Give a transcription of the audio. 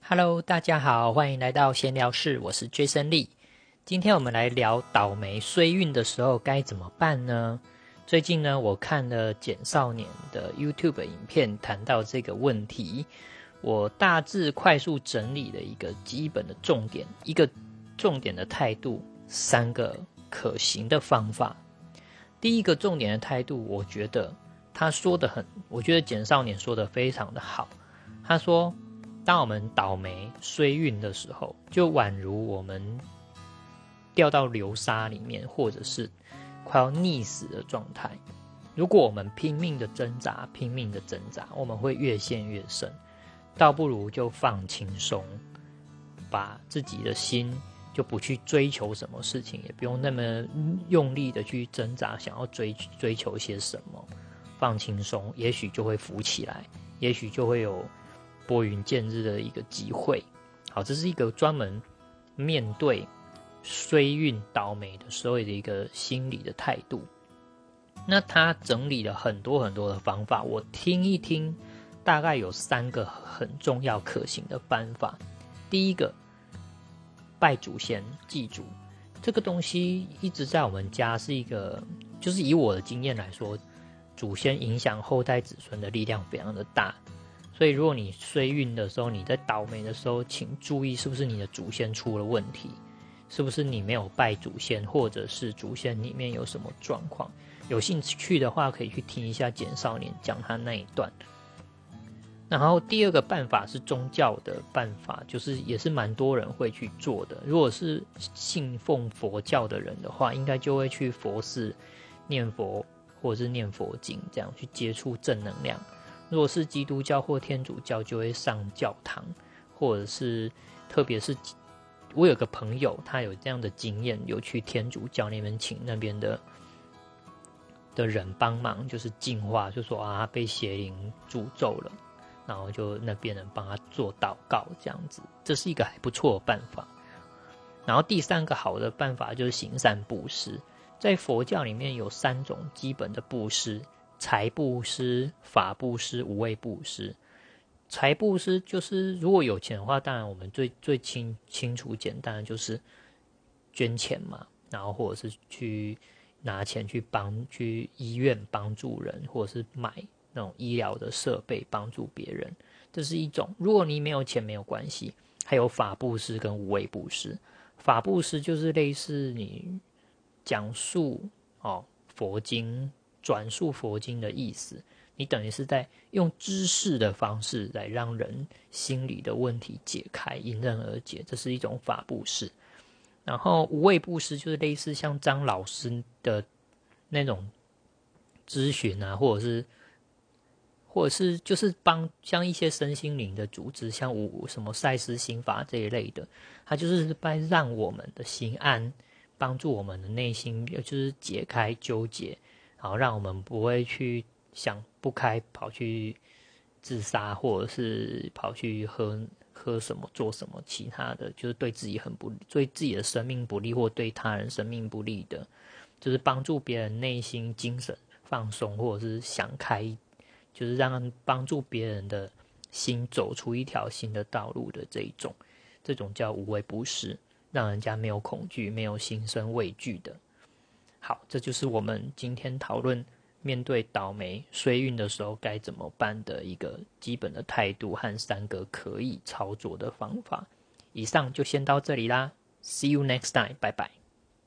Hello，大家好，欢迎来到闲聊室，我是 Jason Lee。今天我们来聊倒霉衰运的时候该怎么办呢？最近呢，我看了简少年的 YouTube 影片，谈到这个问题，我大致快速整理了一个基本的重点，一个重点的态度，三个可行的方法。第一个重点的态度，我觉得我觉得简少年说的非常的好。他说，当我们倒霉衰运的时候，就宛如我们掉到流沙里面，或者是快要溺死的状态。如果我们拼命的挣扎，我们会越陷越深。倒不如就放轻松，把自己的心就不去追求什么事情，也不用那么用力的去挣扎，想要追求些什么。放轻松，也许就会浮起来，也许就会有拨云见日的一个机会。好，这是一个专门面对衰运倒霉的时候的一个心理的态度。那他整理了很多很多的方法，我听一听，大概有3个很重要可行的办法。第一个，拜祖先祭祖，这个东西一直在我们家是一个，就是以我的经验来说，祖先影响后代子孙的力量非常的大。所以如果你衰运的时候，你在倒霉的时候，请注意是不是你的祖先出了问题，是不是你没有拜祖先，或者是祖先里面有什么状况。有兴趣的话可以去听一下简少年讲他那一段。然后第二个办法是宗教的办法，就是也是蛮多人会去做的。如果是信奉佛教的人的话，应该就会去佛寺念佛，或者是念佛经，这样去接触正能量。如果是基督教或天主教，就会上教堂，或者是特别是我有个朋友，他有这样的经验，有去天主教那边请那边的人帮忙，就是净化，就说他被邪灵诅咒了，然后就那边人帮他做祷告，这样子，这是一个还不错的办法。然后第3个好的办法就是行善布施。在佛教里面有3种基本的布施：财布施、法布施、无畏布施。财布施就是如果有钱的话，当然我们最清楚简单的就是捐钱嘛，然后或者是去拿钱去医院帮助人，或者是买那种医疗的设备帮助别人，这是一种。如果你没有钱没有关系。还有法布施跟无畏布施。法布施就是类似你讲述佛经，转述佛经的意思，你等于是在用知识的方式来让人心理的问题解开，迎刃而解，这是一种法布施。然后无畏布施就是类似像张老师的那种咨询啊，或者是就是像一些身心灵的组织，像什么赛斯心法这一类的，它就是让我们的心安，帮助我们的内心就是解开纠结，然后让我们不会去想不开，跑去自杀，或者是跑去喝什么做什么其他的，就是对自己对自己的生命不利，或对他人生命不利的，就是帮助别人内心精神放松，或者是想开，就是帮助别人的心走出一条新的道路的这种叫无畏布施，让人家没有恐惧，没有心生畏惧的。好，这就是我们今天讨论面对倒霉衰运的时候该怎么办的一个基本的态度和3个可以操作的方法。以上就先到这里啦， See you next time， 拜拜。